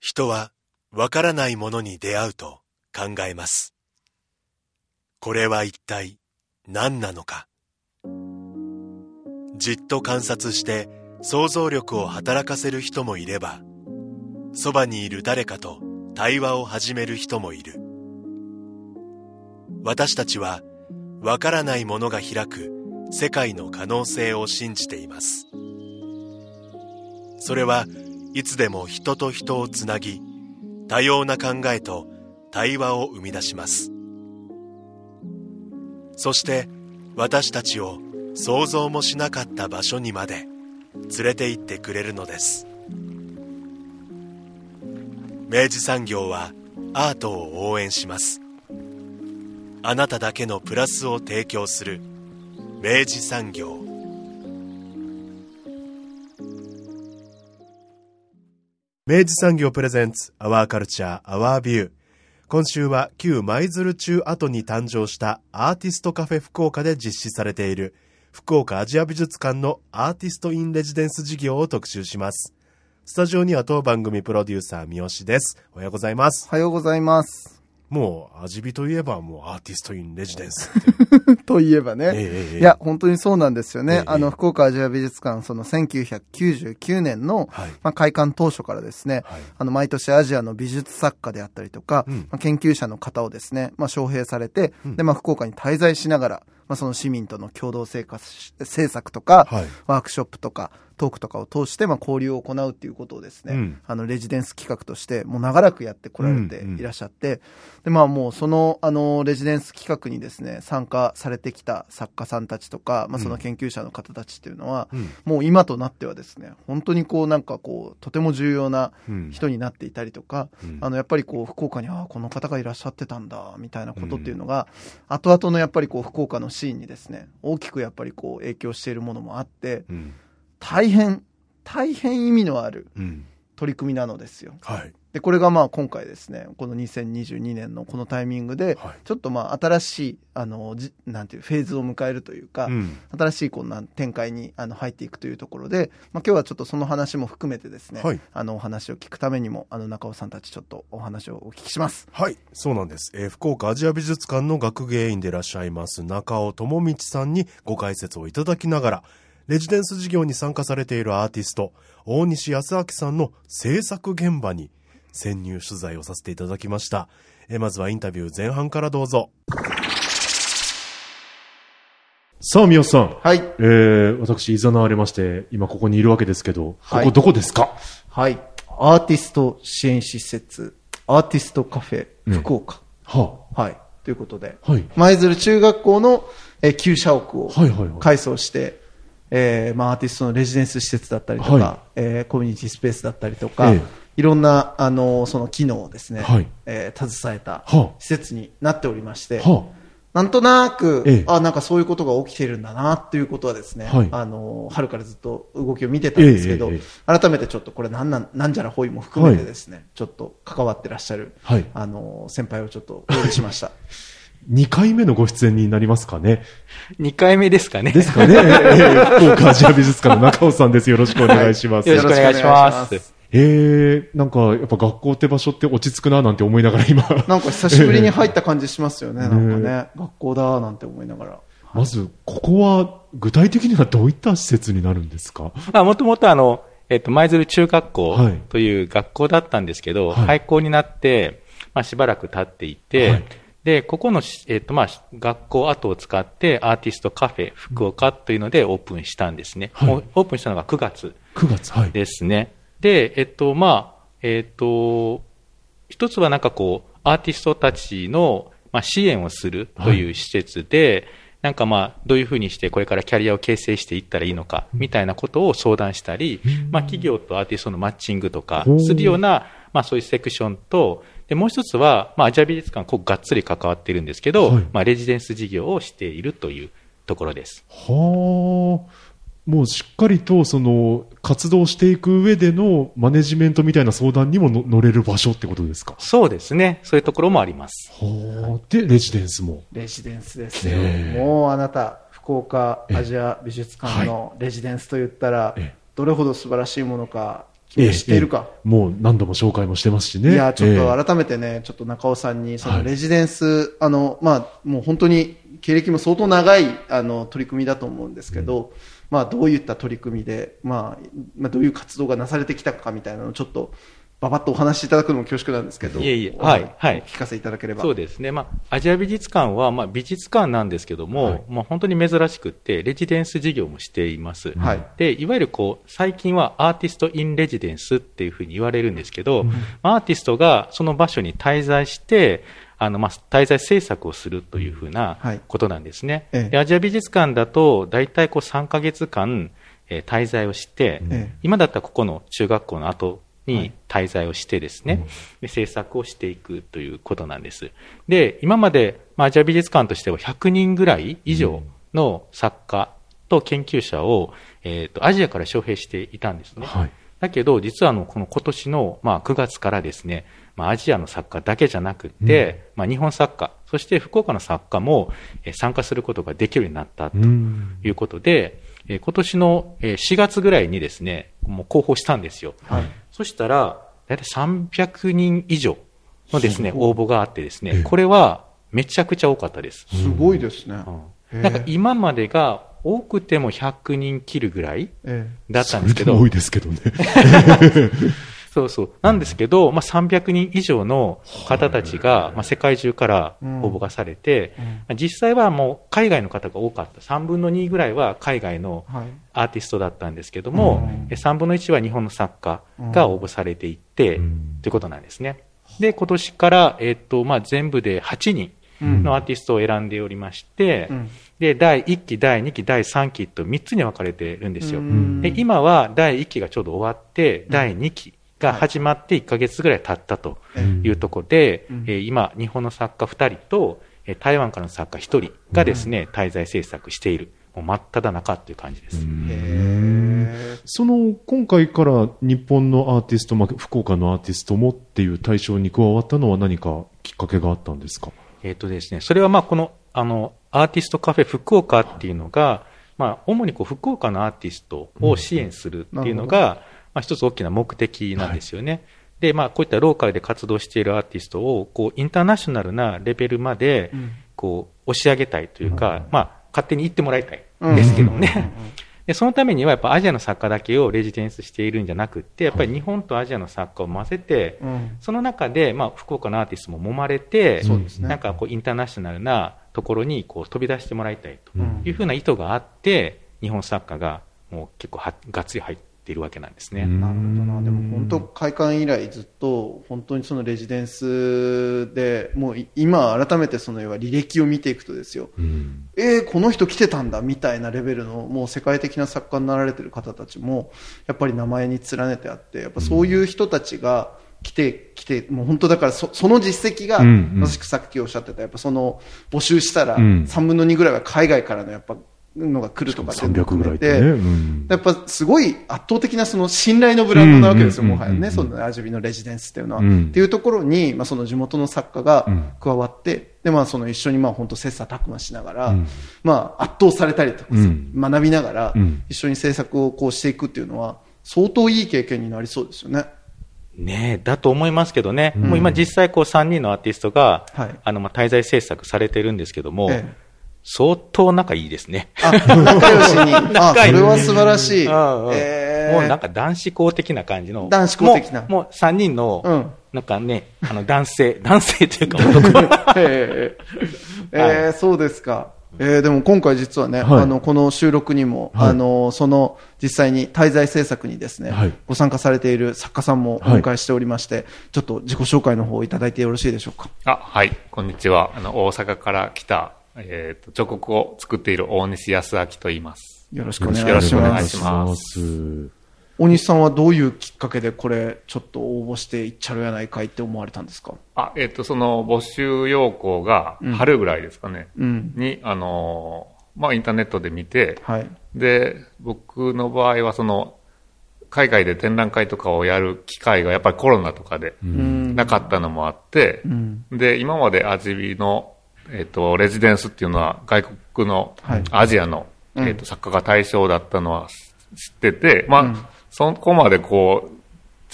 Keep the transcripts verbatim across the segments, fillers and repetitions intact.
人はわからないものに出会うと考えます。これは一体何なのか。じっと観察して想像力を働かせる人もいれば、そばにいる誰かと対話を始める人もいる。私たちはわからないものが開く世界の可能性を信じています。それはいつでも人と人をつなぎ、多様な考えと対話を生み出します。そして私たちを想像もしなかった場所にまで連れて行ってくれるのです。明治産業はアートを応援します。あなただけのプラスを提供する明治産業。明治産業プレゼンツアワーカルチャーアワービュー。今週は旧舞鶴中跡に誕生したアーティストカフェ福岡で実施されている福岡アジア美術館のアーティストインレジデンス事業を特集します。スタジオには当番組プロデューサー三好です。おはようございます。 おはようございます。 もう味美といえばもうアーティストインレジデンスといえばね、ええ、いや本当にそうなんですよね、ええ、あの福岡アジア美術館そのせんきゅうひゃくきゅうじゅうきゅうねんの、はいまあ、開館当初からですね、はい、あの毎年アジアの美術作家であったりとか、うんまあ、研究者の方をですね、まあ、招聘されて、うんでまあ、福岡に滞在しながら、まあ、その市民との共同生活政策とか、はい、ワークショップとかトークとかを通して、まあ、交流を行うっていうことをですね、うん、あのレジデンス企画としてもう長らくやってこられていらっしゃって、うんうん、でまあもうそのあのレジデンス企画にですね参加されてきた作家さんたちとか、まあ、その研究者の方たちっていうのは、うん、もう今となってはですね本当にこうなんかこうとても重要な人になっていたりとか、うん、あのやっぱりこう福岡にあこの方がいらっしゃってたんだみたいなことっていうのが、うん、後々のやっぱりこう福岡のシーンにですね大きくやっぱりこう影響しているものもあって、うん、大変大変意味のある取り組みなのですよ、うんはい、でこれがまあ今回ですねこのにせんにじゅうにねんのこのタイミングでちょっとまあ新しいあのじなんていうフェーズを迎えるというか、うん、新しいこうな展開にあの入っていくというところで、まあ、今日はちょっとその話も含めてですね、はい、あのお話を聞くためにもあの中尾さんたちちょっとお話をお聞きします。 はいそうなんです、えー、福岡アジア美術館の学芸員でいらっしゃいます中尾智道さんにご解説をいただきながらレジデンス事業に参加されているアーティスト大西康明さんの制作現場に潜入取材をさせていただきました。えまずはインタビュー前半からどうぞ。さあ三好さん、 はいえー、私いざなわれまして今ここにいるわけですけど、はい、ここどこですか？ はいアーティスト支援施設アーティストカフェ福岡、うんはあ、はいということで舞鶴、はい、中学校の、えー、旧社屋を改装して、はいはいはいえーまあ、アーティストのレジデンス施設だったりとか、はいえー、コミュニティスペースだったりとか、ええ、いろんなあのその機能をですね、はいえー、携えた施設になっておりまして、はあ、なんとなく、ええ、あなんかそういうことが起きているんだなっていうことはですね、はい、あの春からずっと動きを見てたんですけど、ええええ、改めてちょっとこれなんなんなんじゃらほいも含めてですね、はい、ちょっと関わってらっしゃる、はい、あの先輩をちょっとお呼びしました。 にかいめのご出演になりますかね。 にかいめですかね。 ですかね。えー、福岡アジア美術館の中尾さんです。よろしくお願いします。 はい、よろしくお願いします。 えー、なんかやっぱ学校って場所って落ち着くななんて思いながら今。 なんか久しぶりに入った感じしますよね。えー、なんかね、学校だなんて思いながら。 まず、ここは具体的にはどういった施設になるんですか？ まあ、もともとあの、えっと、舞鶴中学校という学校だったんですけど、はい、廃校になって、まあしばらく経っていて、はいで、ここの、えっと、まあ、学校跡を使ってアーティストカフェ福岡というのでオープンしたんですね。はい、オープンしたのがくがつですね。はい、で、えっと、まあ、えっと、一つはなんかこう、アーティストたちの、まあ、支援をするという施設で、はい、なんかまあ、どういうふうにしてこれからキャリアを形成していったらいいのか、みたいなことを相談したり、うん、まあ、企業とアーティストのマッチングとかするような、まあ、そういうセクションと、でもう一つは、まあ、アジア美術館、ここがっつり関わっているんですけど、はいまあ、レジデンス事業をしているというところです。 はあ、もうしっかりとその活動していく上でのマネジメントみたいな相談にもの乗れる場所ってことですか？ そうですね。そういうところもあります。 はあ、で、レジデンスも。 レジデンスですよ。もうあなた、福岡アジア美術館のレジデンスと言ったら、どれほど素晴らしいものか、 知っているか、 ええ、もう何度も紹介もしてますしね。 いや、ちょっと改めてね、ええ、ちょっと中尾さんに、そのレジデンス、はい、あの、まあ、もう本当に経歴も相当長い、あの、取り組みだと思うんですけど、うん、まあ、どういった取り組みで、まあ、まあ、どういう活動がなされてきたかみたいなのをちょっと、ばばっとお話しいただくのも恐縮なんですけど、 いえいえ、はい、はい。 お聞かせいただければ。 そうですね。まあ、アジア美術館は、まあ、美術館なんですけども、はい、まあ、本当に珍しくって、レジデンス事業もしています。はい。で、いわゆるこう、最近はアーティスト・イン・レジデンスっていうふうに言われるんですけど、うん、アーティストがその場所に滞在して、あの、まあ、滞在制作をするというふうなことなんですね。はい、でアジア美術館だと、大体こうさんかげつかん、えー、滞在をして、ええ、今だったらここの中学校の後に滞在をしてですね、はい、で制作をしていくということなんです。で、今まで、まあ、アジア美術館としてはひゃくにんぐらい以上の作家と研究者を、えー、とアジアから招聘していたんですね。はい、だけど、実はあのこの今年の、まあ、くがつからですね、まあ、アジアの作家だけじゃなくて、うん、まあ、日本作家、そして福岡の作家も、えー、参加することができるようになったということで、うん、えー、今年のしがつぐらいにですね、もう広報したんですよ。はい、そしたら、だいたいさんびゃくにん以上のですね、応募があってですね、これはめちゃくちゃ多かったです。 すごいですね。 うん、なんか今までが多くてもひゃくにん切るぐらいだったんですけど。 それでも多いですけどね。 そうそう。なんですけど、まあ、さんびゃくにん以上の方たちが、まあ、世界中から応募がされて、うん、実際はもう海外の方が多かった。さんぶんのにぐらいは海外のアーティストだったんですけども、うん、さんぶんのいちは日本の作家が応募されていて、うん、ということなんですね。で、今年から、えっと、まあ、全部ではちにんのアーティストを選んでおりまして、うん、で、だいいっき、だいにき、だいさんきとみっつに分かれてるんですよ。で、今はだいいっきがちょうど終わって、だいにきが始まっていっかげつぐらい経ったというところで、はい、えー、今、日本の作家ふたりと、えー、台湾からの作家ひとりがですね、うん、滞在制作している。もう真っ只中という感じです。 へその、今回から日本のアーティスト、まあ、福岡のアーティストもっていう対象に加わったのは何かきっかけがあったんですか？ えっとですね、それはまあ、この、あの、アーティストカフェ福岡っていうのが、まあ、主にこう、福岡のアーティストを支援するっていうのが、うん、まあ、一つ大きな目的なんですよね。はい、で、まあ、こういったローカルで活動しているアーティストを、こう、インターナショナルなレベルまで、こう、押し上げたいというか、うん、まあ、勝手に行ってもらいたいですけどね。で、そのためには、やっぱアジアの作家だけをレジデンスしているんじゃなくて、やっぱり日本とアジアの作家を混ぜて、うん、その中で、まあ、福岡のアーティストも揉まれて、そうですね、なんかこう、インターナショナルなところに、こう、飛び出してもらいたいというふうな意図があって、日本作家が、もう結構は、がっつり入って、いるわけなんですね。 なるほどな。でも本当開館以来ずっと本当にそのレジデンスでもう今改めてその要は履歴を見ていくとですよ、うん、えー、この人来てたんだみたいなレベルのもう世界的な作家になられてる方たちもやっぱり名前に連ねてあって、やっぱそういう人たちが来て来てもう本当だから そ, その実績が、うんうん、まさしくさっきおっしゃってたやっぱその募集したらさんぶんのにぐらいは海外からのやっぱのが来るとかさんびゃくぐらいで、 ね、うん、やっぱすごい圧倒的なその信頼のブランドなわけですよ、もはやね、そのアジビのレジデンスっていうのは、うん、っていうところに、まあ、その地元の作家が加わって、うん、でまあその一緒にまあ本当切磋琢磨しながら、うん、まあ圧倒されたりとか、うん、学びながら一緒に制作をこうしていくっていうのは相当いい経験になりそうですよね。 ねえ、だと思いますけどね。うん、もう今実際こうさんにんのアーティストが、はい、あのまあ滞在制作されてるんですけども。ええ、相当仲いいですね。 あ、仲良しに。あ、それは素晴らしい。 うんうん、えー、もうなんか男子校的な感じの。 男子校的な。 もう、もうさんにんの、うん、なんかね、あの男性、男性というか男。 えー、えーはい、そうですか。えー、でも今回実はね、はい、あの、この収録にも、はい、あの、その、実際に滞在制作にですね、はい、ご参加されている作家さんもお迎えしておりまして、はい、ちょっと自己紹介の方をいただいてよろしいでしょうか。 あ、はい、こんにちは。あの、大阪から来た、えー、と彫刻を作っている大西康明と言います。 よろしくお願いします。よろしくお願いします。大西さんはどういうきっかけでこれちょっと応募していっちゃるやないかいって思われたんですか？ あ、えっ、ー、とその募集要項が春ぐらいですかね、うん、にあのまあインターネットで見て、はい、で僕の場合はその海外で展覧会とかをやる機会がやっぱりコロナとかでなかったのもあって、うん、で今までアジビのえっ、ー、と、レジデンスっていうのは外国のアジアの、はい、えっ、ー、と、作家が対象だったのは知ってて、まあ、うん、そこまでこう、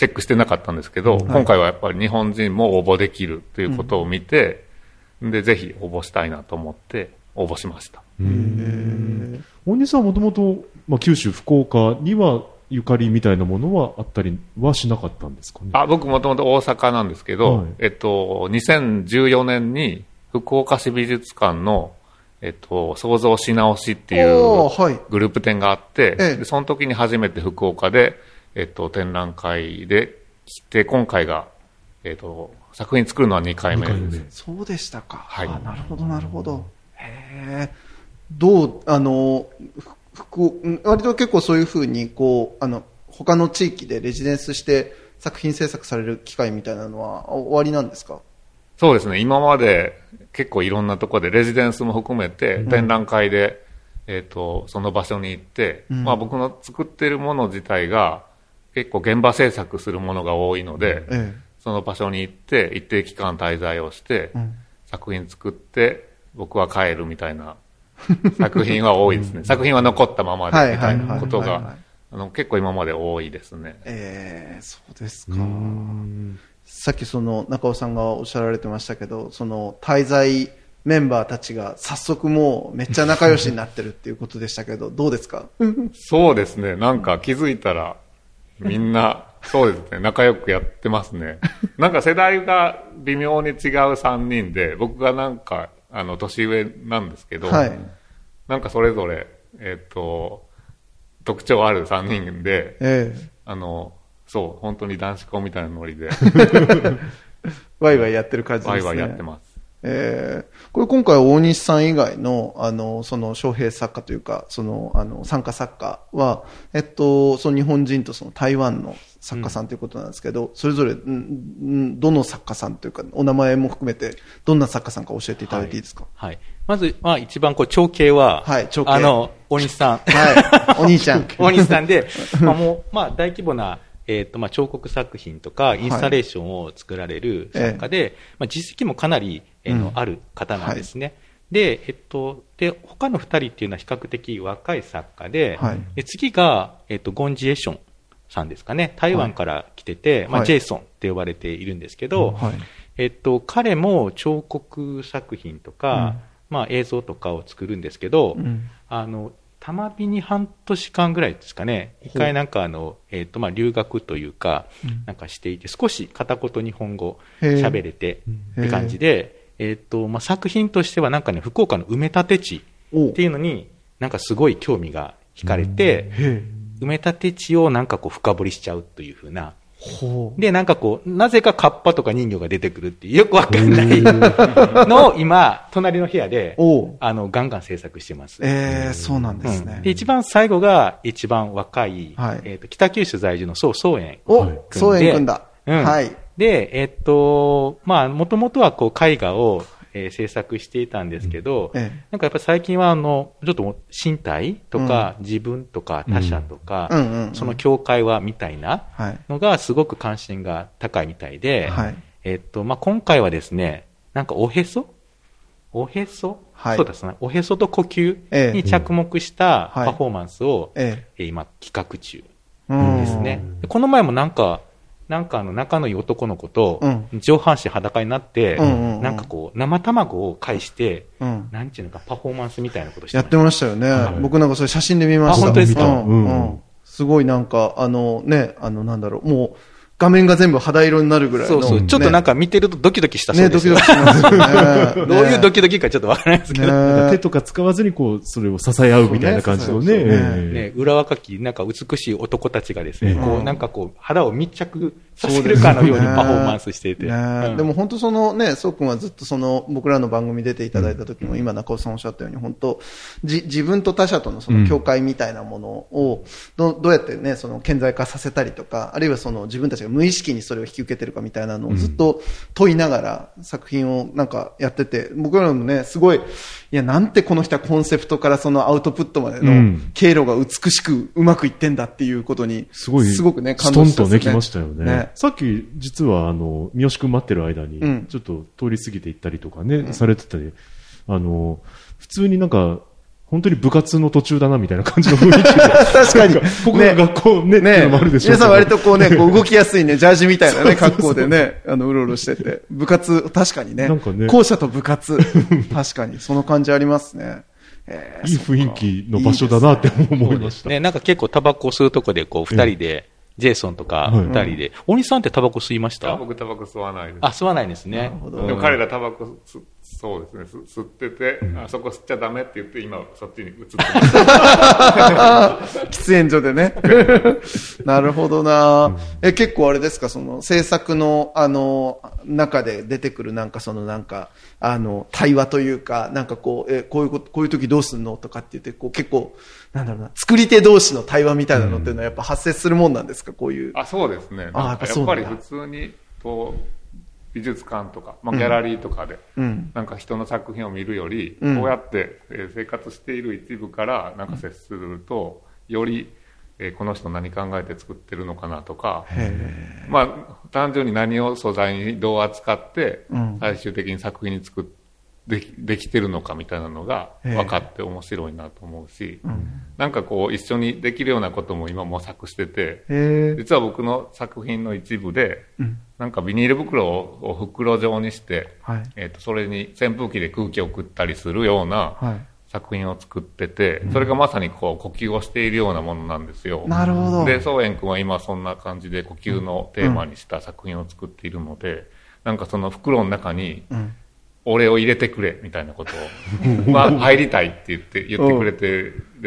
チェックしてなかったんですけど、うん、今回はやっぱり日本人も応募できるということを見て、うん、で、ぜひ応募したいなと思って応募しました。 へー。大西さんはもともと、まあ、九州、福岡にはゆかりみたいなものはあったりはしなかったんですかね。 あ、僕もともと大阪なんですけど、はい、えっと、にせんじゅうよねんに福岡市美術館のえっと、創造し直しっていうグループ展があって、はい、でその時に初めて福岡で、えっと、展覧会で来て、今回が、えっと、作品作るのはにかいめです。 そうでしたか。 はい。 あ、なるほど、なるほど。へえ。どう、あの、福、割と結構そういうふうに、こう、あの、他の地域でレジデンスして作品制作される機会みたいなのは終わりなんですか？ そうですね。今まで結構いろんなところでレジデンスも含めて展覧会で、うん、えっと、その場所に行って、うん、まあ僕の作ってるもの自体が結構現場制作するものが多いので、うん、その場所に行って一定期間滞在をして、うん、作品作って僕は帰るみたいな作品は多いですね。作品は残ったままでみたいなことが結構今まで多いですね。 えー、そうですか。さっきその中尾さんがおっしゃられてましたけど、その滞在メンバーたちが早速もうめっちゃ仲良しになってるっていうことでしたけど、どうですか？ そうですね。なんか気づいたらみんなそうですね、仲良くやってますね。なんか世代が微妙に違うさんにんで、僕がなんかあの年上なんですけど、はい、なんかそれぞれえっと特徴あるさんにんで、ええ、あの。そう、本当に男子校みたいなノリで。 ワイワイやってる感じですね。 ワイワイやってます。 えー、これ今回大西さん以外の、あの、その、招聘作家というか、その、あの、参加作家は、えっと、その日本人とその台湾の作家さんということなんですけど、うん、それぞれ、ん、どの作家さんというか、お名前も含めて、どんな作家さんか教えていただいていいですか？ はい。はい、まず、まあ一番こう、長兄は、はい、長兄。あの、大西さん。 はい。お兄ちゃん。 大西さんで、まあもう、まあ大規模な、えっと、まあ、彫刻作品とか、インスタレーションを作られる作家で、はい、まあ、実績もかなり、えーの、うん、ある方なんですね。はい、で、えっと、で、他の二人っていうのは比較的若い作家で、はい、で次が、えっと、ゴンジエションさんですかね。台湾から来てて、はい、まあ、ジェイソンって呼ばれているんですけど、はい、えっと、彼も彫刻作品とか、うん、まあ、映像とかを作るんですけど、うん、あの、たまびに半年間ぐらいですかね、一回なんかあの、えっと、まあ、留学というか、なんかしていて、少し片言日本語喋れてって感じで、えっと、まあ、作品としてはなんかね、福岡の埋め立て地っていうのに、なんかすごい興味が惹かれて、埋め立て地をなんかこう深掘りしちゃうというふうな、で、なんかこう、なぜかカッパとか人魚が出てくるっていう、よくわかんないのを今、隣の部屋で、あの、ガンガン制作してます。 えー、そうなんですね。 うん、で、一番最後が、一番若い、はい、えっと、北九州在住の宋宗園君で。 お、宗園君だ。 うん。はい。で、えっと、まあ、もともとはこう、絵画を、えー、制作していたんですけど、うんええ、なんかやっぱ最近はあの、ちょっと身体とか、うん、自分とか他者とか、うんうんうん、その境界はみたいなのがすごく関心が高いみたいで、はい、えっと、まあ、今回はですね、なんかおへそおへそ、はい、そうですね。おへそと呼吸に着目したパフォーマンスを、ええ、今企画中ですね。この前もなんか、なんかあの仲のいい男の子と上半身裸になって、うんうんうん、なんかこう生卵を介して、うん、なんていうのかパフォーマンスみたいなことしてやってましたよね、はい。僕なんかそれ写真で見ました。 あ、本当ですか？ うんうんうん、すごいなんかあのね、あのなんだろう、もう画面が全部肌色になるぐらいの。 そうそう。ちょっとなんか見てるとドキドキしたそうですよ。 ね、ドキドキしますよね。 どういうドキドキかちょっとわからないですけど。 ね、手とか使わずにこう、それを支え合うみたいな感じのね。 ね、ね、裏若き、なんか美しい男たちがですね、うん、こう、なんかこう、肌を密着させるかのようにパフォーマンスしていて。 ねうん、でも本当そのね、そうくんはずっとその、僕らの番組出ていただいた時も、うん、今中尾さんおっしゃったように、本当じ、自分と他者とのその境界みたいなものを、ど、どうやってね、その、顕在化させたりとか、あるいはその、自分たちが無意識にそれを引き受けてるかみたいなのをずっと問いながら作品をなんかやってて、僕らもね、すごい、いや、なんてこの人はコンセプトからそのアウトプットまでの経路が美しくうまくいってんだっていうことに、すごい、すごくね、 感動したんですね。ストンとね、きましたよね。ね、さっき、実はあの、三好くん待ってる間に、ちょっと通り過ぎて行ったりとかね、うん、されてたり、あの、普通になんか、 本当に部活の途中だなみたいな感じの雰囲気で。 確かに。 ここが学校ね、ね、っていうのもあるでしょうけど。 皆さん割とこうね、こう動きやすいね、ジャージみたいなね、格好でね、あの、うろうろしてて。部活、確かにね。なんかね。校舎と部活。確かに、その感じありますね。 えー、いい雰囲気の場所だなって思いました。 ね、なんか結構タバコ吸うとこで、こう、二人で、ジェイソンとか二人で。大西さんってタバコ吸いました？ 僕タバコ吸わないです。 あ、吸わないですね。なるほど。 でも彼らタバコ吸、そうですね、吸ってて、あそこ吸っちゃダメって言って、今そっちに移ってます。 喫煙所でね。なるほどな。え、結構あれですか、その制作の、あの、中で出てくるなんかそのなんか、あの、対話というか、なんかこう、え、こういうこと、こういう時どうすんのとかって言って、こう結構、なんだろうな、作り手同士の対話みたいなのっていうのはやっぱ発生するもんなんですか、こういう。 あ、そうですね。あ、やっぱそうなんだ。やっぱり普通に、こう、美術館とか、まあ、ギャラリーとかで、うん、なんか人の作品を見るより、うん、こうやって、えー、生活している一部からなんか接すると、より、えー、この人何考えて作ってるのかなとか、まあ、単純に何を素材にどう扱って、うん、最終的に作品に作って、でき、できてるのかみたいなのが分かって面白いなと思うし、うん、なんかこう一緒にできるようなことも今模索してて、実は僕の作品の一部で、うん、なんかビニール袋を袋状にして、はい、えーと、それに扇風機で空気を送ったりするような作品を作ってて、はい、それがまさにこう呼吸をしているようなものなんですよ。 なるほど。 で、宗円君は今そんな感じで呼吸のテーマにした作品を作っているので、なんかその袋の中に、うん俺を入れてくれみたいなことを、まあ入りたいって言って言ってくれてるって、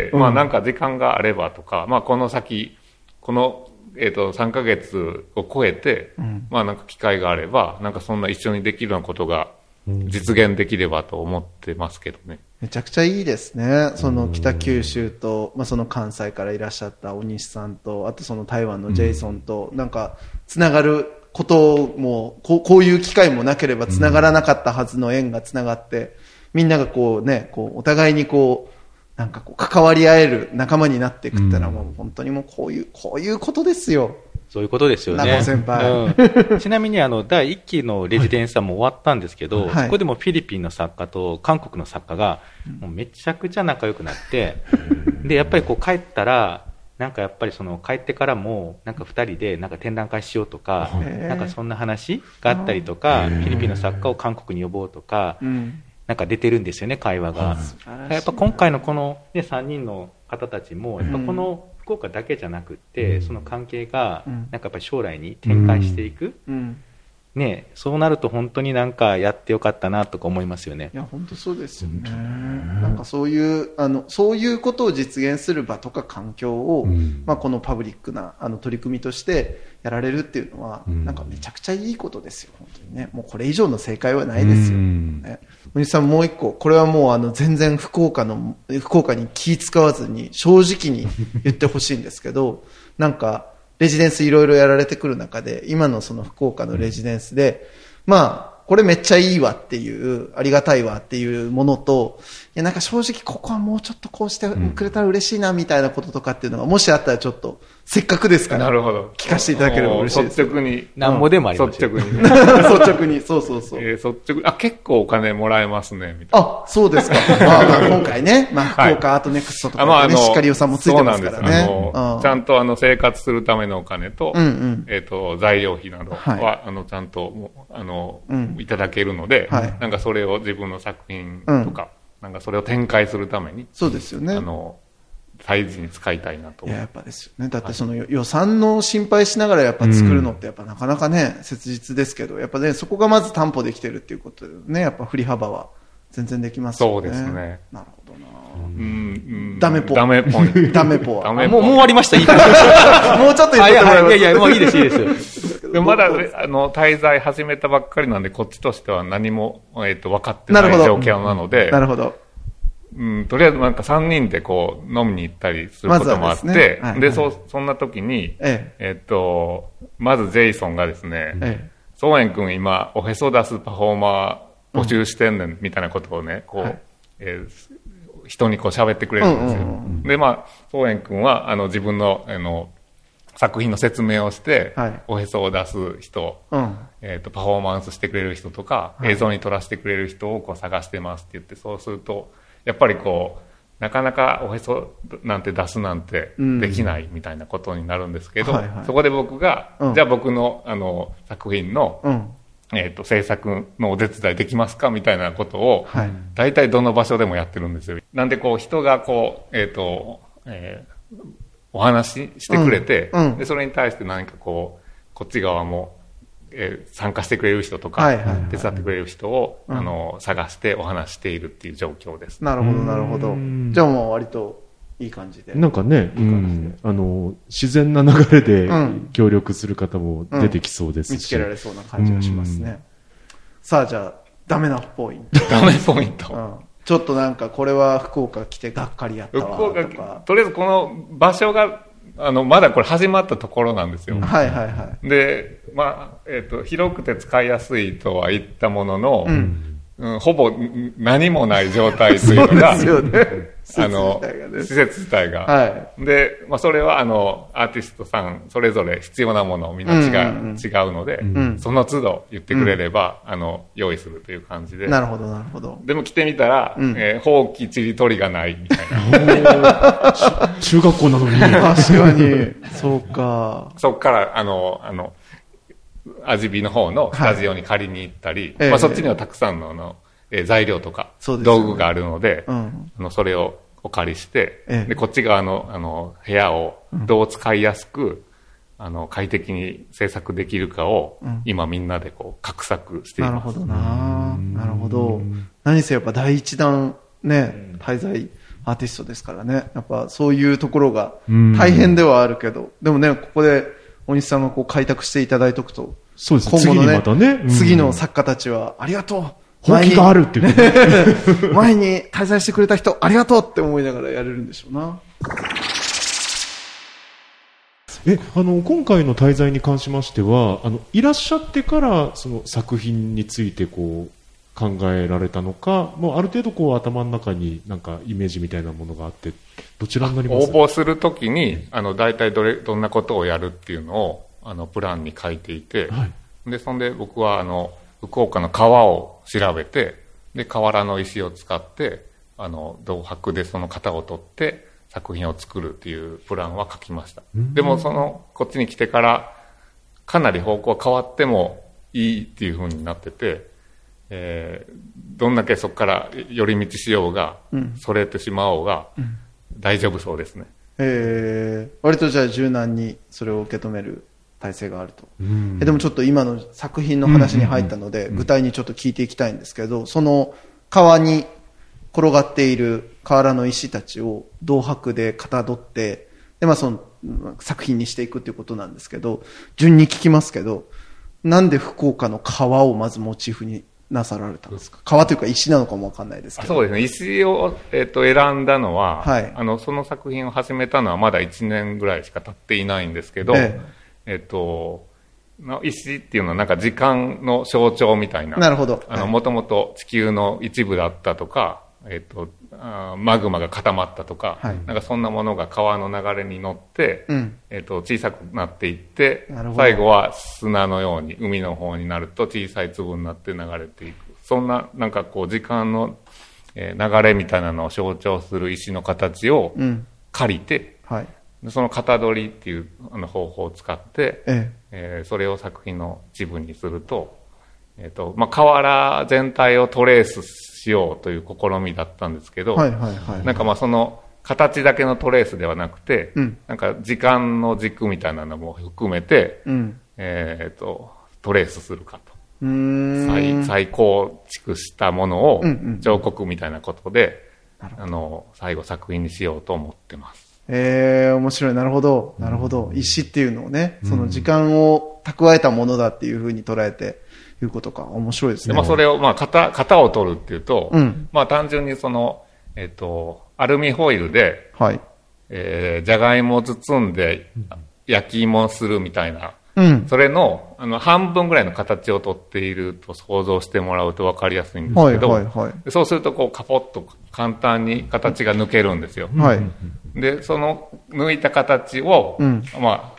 まあなんか時間があればとか、まあこの先、この、えっとさんかげつを超えて、まあなんか機会があれば、なんかそんな一緒にできるようなことが実現できればと思ってますけどね。 めちゃくちゃいいですね。その北九州と、まあその関西からいらっしゃった大西さんと、あとその台湾のジェイソンと、なんかつながることもこう、こういう機会もなければ繋がらなかったはずの縁が繋がって、みんながこうね、こうお互いにこうなんかこう関わり合える仲間になっていくってのはもう本当にもうこういうこういうことですよ。 そういうことですよね。 中尾先輩。 うん、ちなみにあのだいいっきのレジデンスはもう終わったんですけど、はい、そこでもフィリピンの作家と韓国の作家がもうめちゃくちゃ仲良くなって、でやっぱりこう帰ったら。なんかやっぱりその帰ってからもなんかふたりでなんか展覧会しようとかなんかそんな話があったりとかフィリピンの作家を韓国に呼ぼうとかなんか出てるんですよね会話が。やっぱ今回のこの、ね、さんにんの方たちもやっぱこの福岡だけじゃなくってその関係がなんかやっぱり将来に展開していく。ね、そうなると本当になんかやってよかったなとか思いますよね。 いや本当そうですよね。なんかそういうあのそういうことを実現する場とか環境を、うん、まあこのパブリックなあの取り組みとしてやられるっていうのは、うん、なんかめちゃくちゃいいことですよ本当にね。もうこれ以上の正解はないですよ。ね、お西さんもう一個これはもうあの全然福岡の福岡に気使わずに正直に言ってほしいんですけど、なんか。レジデンスいろいろやられてくる中で、今のその福岡のレジデンスで、まあ、これめっちゃいいわっていう、ありがたいわっていうものと、いやなんか正直ここはもうちょっとこうしてくれたら嬉しいなみたいなこととかっていうのが、もしあったらちょっと、せっかくですから、 なるほど。 聞かせていただければ嬉しいです。 率直に。 なんぼでもあります。 率直に、ね。 率直に、そうそうそう。 えー、率直に、あ、結構お金もらえますね、みたいな。 あ、そうですか。まあ、まあ、今回ね、まあ、福岡アートネクストとかね、はい、まあ、しっかり予算もついてますからね。 あの、ちゃんとあの、生活するためのお金と、うんうん、えっ、ー、と、材料費などは、はい、あの、ちゃんと、あの、うん、いただけるので、はい、なんかそれを自分の作品とか、うん、なんかそれを展開するために、 そうですよね。 あの、大事に使いたいなと。 いや、やっぱですよね。だってその予算の心配しながらやっぱ作るのってやっぱなかなかね、切実ですけど、やっぱね、そこがまず担保できてるっていうことでね、やっぱ振り幅は全然できますよね。 そうですね。 なるほどな。 うん、 ダメポ。 ダメポイント。 ダメポは。 ダメポ。もう、もう終わりました。いいですもうちょっと言ってもらいます。 いやいや、もういいです、いいです。 でまだ、あの、滞在始めたばっかりなんで、こっちとしては何も、えっと、分かってない状況なので。 なるほど。 うん、とりあえずなんかさんにんでこう飲みに行ったりすることもあって、まずはですね、はいはい、で、そ、そんな時に、えええっと、まずジェイソンがですね、ええ、ソーエン君今おへそ出すパフォーマー募集してんねんみたいなことをね、こう、はい、えー、人にこう喋ってくれるんですよ。うんうんうん、で、まあ、ソーエン君はあの自分の、あの、作品の説明をして、はい、おへそを出す人、うん、えっと、パフォーマンスしてくれる人とか、はい、映像に撮らせてくれる人をこう探してますって言って、そうすると、やっぱりこう、 なかなかおへそなんて出すなんてできないみたいなことになるんですけど、うんはいはい、そこで僕が、うん、じゃあ僕のあの作品の、うんえー、と制作のお手伝いできますかみたいなことを、はい、大体どの場所でもやってるんですよ。なんでこう人がこう、えーとえー、お話ししてくれて、うんうん、でそれに対して何かこうこっち側もえー、参加してくれる人とか、はいはいはい、手伝ってくれる人を、うん、あの探してお話しているっていう状況です。 なるほどなるほど。じゃあもう割といい感じでなんかね、いい感じで、うん、あの自然な流れで協力する方も出てきそうですし、うん、 見つけられそうな感じがしますね。さあじゃあダメなポイントダメポイント、うん、 ちょっとなんかこれは福岡来てがっかりやったわとか。福岡とりあえずこの場所があのまだこれ始まったところなんですよ、うん、 はいはいはい。 で、まあえー、と広くて使いやすいとは言ったものの、うんうん、ほぼ何もない状態というのがそうですよね、 あの施設自体が、はい、で、まあ、それはあのアーティストさんそれぞれ必要なものをみんな違う、うんうんうん、違うので、うん、その都度言ってくれれば、うん、あの用意するという感じで。 なるほどなるほど。 でも来てみたら、うんえー、ほうきちりとりがないみたいな中学校なのに確かにそうか。 そっからあのあの味火の方のスタジオに借りに行ったり、はいまあ、そっちにはたくさんのあの、えー、材料とか道具があるので、うん、あのそれをお借りして、ええ、でこっち側の、あの部屋をどう使いやすく、うん、あの快適に制作できるかを、うん、今みんなでこう画策しています。 なるほどななるほど。何せやっぱ第一弾ね滞在アーティストですからね、やっぱそういうところが大変ではあるけど、でもねここで大西さんがこう開拓していただいておくと、 そうです、今後のね、次にまたね、 うん、次の作家たちはありがとう、 本気があるっていう前に滞在してくれた人ありがとうって思いながらやれるんでしょうな。 えあの今回の滞在に関しましては、あのいらっしゃってからその作品についてこう考えられたのか、もうある程度こう頭の中になんかイメージみたいなものがあって、どちらになります？ 応募するときにあの大体どれどんなことをやるっていうのをあのプランに書いていて、はい、でそんで僕はあの福岡の川を調べて、で河原の石を使ってあの銅箔でその型を取って作品を作るっていうプランは書きました。でもそのこっちに来てからかなり方向は変わってもいいっていう風になってて、えー、どんだけそこから寄り道しようが、うん、それてしまおうが、うん、大丈夫そうですね。 えー、割とじゃあ柔軟にそれを受け止める体制があると。えでもちょっと今の作品の話に入ったので、具体にちょっと聞いていきたいんですけど、その川に転がっている河原の石たちを銅箔でかたどって、でまあその作品にしていくっていうことなんですけど、順に聞きますけど、なんで福岡の川をまずモチーフになさられたんですか？川というか石なのかもわかんないですけど。 そうですね。石を、えー、と選んだのは、はい、あのその作品を始めたのはまだいちねんぐらいしか経っていないんですけど、えええー、と石っていうのはなんか時間の象徴みたいな。 なるほど。 あのもともと地球の一部だったとか、えー、とあマグマが固まったとか、はい、なんかそんなものが川の流れに乗って、うんえー、と小さくなっていって、最後は砂のように海の方になると小さい粒になって流れていく。そんななんかこう時間の、えー、流れみたいなのを象徴する石の形を借りて、うんはい、その型取りっていうあの方法を使って、えええー、それを作品の一部にすると、えーとまあ、河原全体をトレースしようという試みだったんですけど、はいはいはい、なんかまあその形だけのトレースではなくて、うん、なんか時間の軸みたいなのも含めて、うんえー、とトレースするかとうーん 再, 再構築したものを彫刻みたいなことで、うんうん、あの最後作品にしようと思ってます。 えー、面白い。なるほどなるほど。石っていうのをね、その時間を蓄えたものだっていうふうに捉えていうことか。面白いですね。 でまあ、それを、まあ、型、型を取るっていうと、うん、まあ、単純にその、えっと、アルミホイルで、はい。えー、じゃがいもを包んで、焼き芋をするみたいな、うん。それの、あの、半分ぐらいの形をとっていると想像してもらうと分かりやすいんですけど、はいはいはい。そうすると、こう、カポッと簡単に形が抜けるんですよ。はい。で、その抜いた形を、うん、まあ、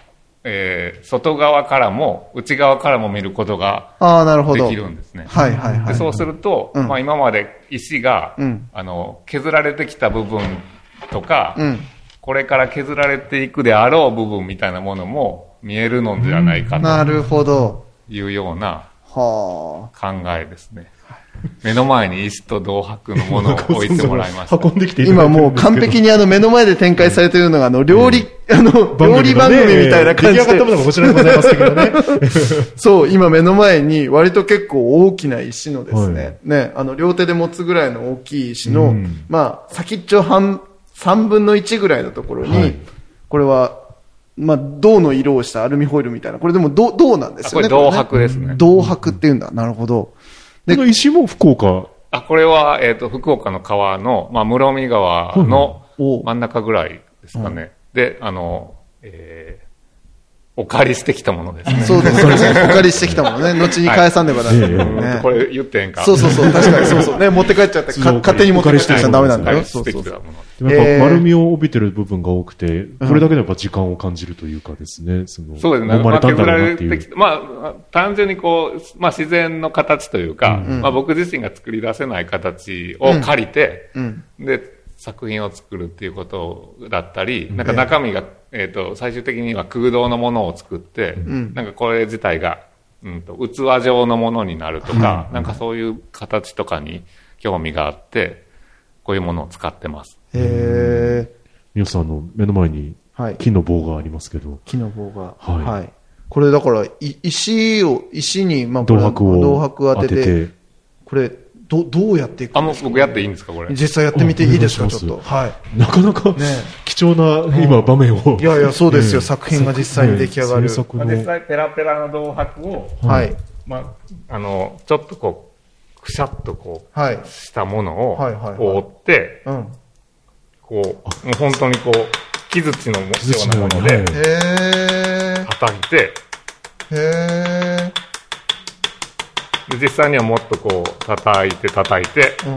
えー、外側からも内側からも見ることができるんですね。 はいはいはい。 でそうすると、うん、まあ、今まで石が、うん、あの削られてきた部分とか、うん、これから削られていくであろう部分みたいなものも見えるのではないかと、 なるほど、 いうような考えですね。目の前に石と銅箔のものを置いてもらいました。 運んできて今もう完璧にあの目の前で展開されているのがあの料理、うん、あの料理番組みたいな感じで。 出来上がったものがこちらでございますけどね。 そう、今目の前に割と結構大きな石のですね、はい、ね、あの両手で持つぐらいの大きい石の、うん、まあ先っちょ半、三分の一ぐらいのところに、はい、これは、まあ、銅の色をしたアルミホイルみたいな。これでも銅、銅なんですよね。 これ銅箔ですね。 銅箔っていうんだ。なるほど。 この石も福岡？ あ、これは、えっと、福岡の川の、まあ、室見川の真ん中ぐらいですかね。うん、で、あの、えー、お借りしてきたものですね。 そうです、そうです。お借りしてきたものね。後に返さんではない、 はいね。これ言ってんか。 そうそうそう。確かにそうそう。ね、持って帰っちゃって、勝手に持って帰っちゃったらダメなんだよ。 そうそうそう。 やっぱ丸みを帯びてる部分が多くて、これだけでやっぱ時間を感じるというかですね。そのそうですね。まあ、削られてきて、まあ、単純にこう、まあ自然の形というか、うん、まあ僕自身が作り出せない形を借りて、うんうん、で、作品を作るっていうことだったり、なんか中身が、えっと、最終的には空洞のものを作って、なんかこれ自体が、うんと、器状のものになるとか、なんかそういう形とかに興味があって、こういうものを使ってます。 へー。 皆さんの目の前に木の棒がありますけど。はい、 木の棒が。はい。はい、これだから、い石を、石に、まあ、 銅箔を銅箔を当てて、これ、ど、どうやっていくんですか、ね、 あ、もう僕やっていいんですかこれ。 実際やってみていいですかちょっと。はい。 なかなか、ね、貴重な今場面を。 いやいや、そうですよ。作品が実際に出来上がる。 実際ペラペラの銅箔を、はい。まあ、あの、ちょっとこう、くしゃっとこう、はい、したものを覆って、うん、こう、もう本当にこう、木槌のようなもので、叩いて、へー。実際にはもっとこう叩いて叩いて、うん、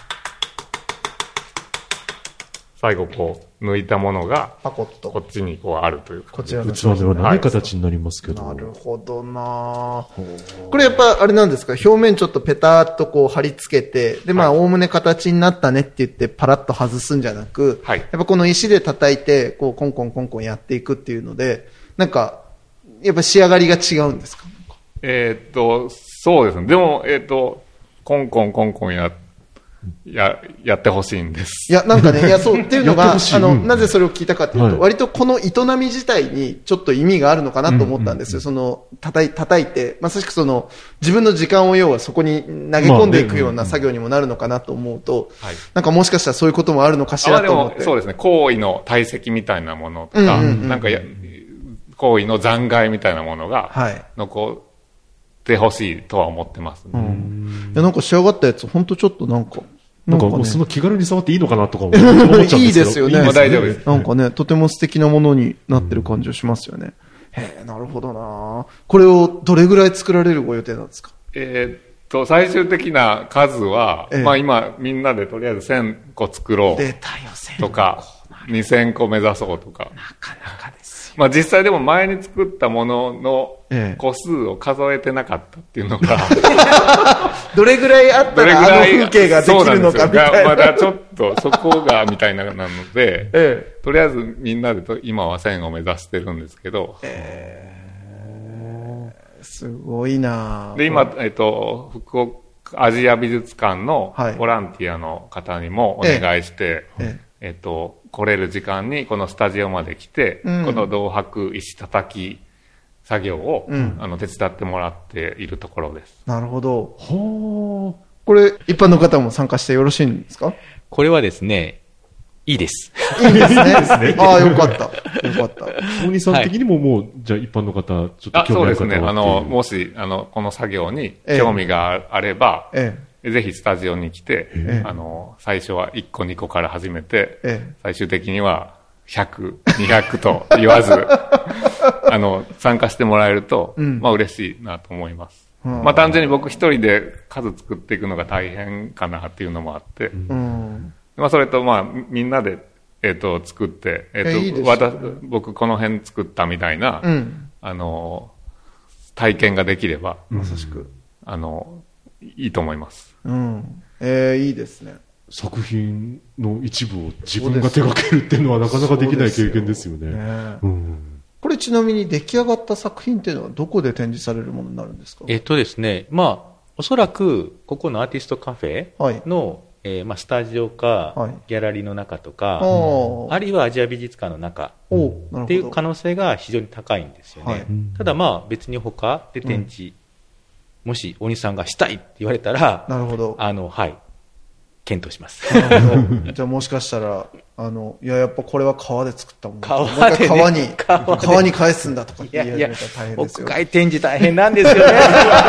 最後こう抜いたものがこっちにこうあるというか、 こちらの器のような、ね、はい、形になりますけど。 なるほどな。これやっぱあれなんですか、表面ちょっとペターっとこう貼り付けて、でまあおおむね形になったねって言ってパラッと外すんじゃなく、はい、やっぱこの石で叩いてこうコンコンコンコンやっていくっていうので、なんかやっぱ仕上がりが違うんですか。 えー、っとそうですね。でも、えっ、ー、と、コンコンコンコンや、や、やってほしいんです。 いや、なんかね、いや、そう、っていうのが、あの、なぜそれを聞いたかっていうと、はい、割とこの営み自体にちょっと意味があるのかなと思ったんですよ。うんうんうん、その、叩い、叩いて、まさしくその、自分の時間を要はそこに投げ込んでいくような作業にもなるのかなと思うと、まあね、なんかもしかしたらそういうこともあるのかしらと思って。 あ、でも、そうですね。行為の体積みたいなものとか、うんうんうん、なんかや、行為の残骸みたいなものが、残、はいってほしいとは思ってますね。うん、 いやなんか仕上がったやつ、本当ちょっとなんか、 なんか、ね、もうその気軽に触っていいのかなとか思っちゃうんですよ。 いいですよね。 いいですね。大丈夫です。 なんかね、とても素敵なものになってる感じがしますよね。うん、へえ、なるほどな。これをどれぐらい作られるご予定なんですか。 えー、っと、最終的な数は、ええ、まあ今みんなでとりあえずせんこ作ろうとか、にせんこ目指そうとか。 なかなかですよ。 まあ実際でも前に作ったものの個数を数えてなかったっていうのが、ええ、どれぐらいあったらあの風景ができるのかみたいな。 まだちょっとそこがみたいななので、ええ、とりあえずみんなでと今はせんを目指してるんですけど、えー、すごいな。 で今、えっと、福岡アジア美術館のボランティアの方にもお願いして、えええっと、来れる時間にこのスタジオまで来て、うん、この銅箔石叩き作業を、うん、あの手伝ってもらっているところです。 なるほど。ほー。これ一般の方も参加してよろしいんですか。 これはですね、いいです。 いいですね。ああ、よかった。よかった。 大西さん的にももう、はい、じゃあ一般の方、ちょっと興味ある方は。 そうですね。あの、もし、あの、この作業に興味があれば、ええええ、ぜひスタジオに来て、ええ、あの、最初はいっこにこから始めて、ええ、最終的にはひゃく、にひゃくと言わず、あの、参加してもらえると、うん、まあ嬉しいなと思います。うん、まあ単純に僕一人で数作っていくのが大変かなっていうのもあって、うん、まあそれとまあみんなでえっ、ー、と、作って、えっ、ー、と、 えーいいですね、 私、僕この辺作ったみたいな、うん、あの、体験ができれば、 まさしく、 あの、いいと思います。 うん。えー、いいですね。 作品の一部を自分が手掛けるっていうのはなかなかできない経験ですよね。よねうん、 これちなみに出来上がった作品っていうのはどこで展示されるものになるんですか？ えっとですね、まあ、おそらくここのアーティストカフェの、はいえーまあ、スタジオか、はい、ギャラリーの中とか、あるいはアジア美術館の中っていう可能性が非常に高いんですよね。はい、ただまあ別に他で展示、うん、もし大西さんがしたいって言われたら、 なるほど。 あの、はい。検討します。 じゃあもしかしたら、あの、いや、やっぱこれは革で作ったもの。 革で、ね、革に、革に返すんだとか言い始めたら大変ですよ。 屋外展示大変なんですよね。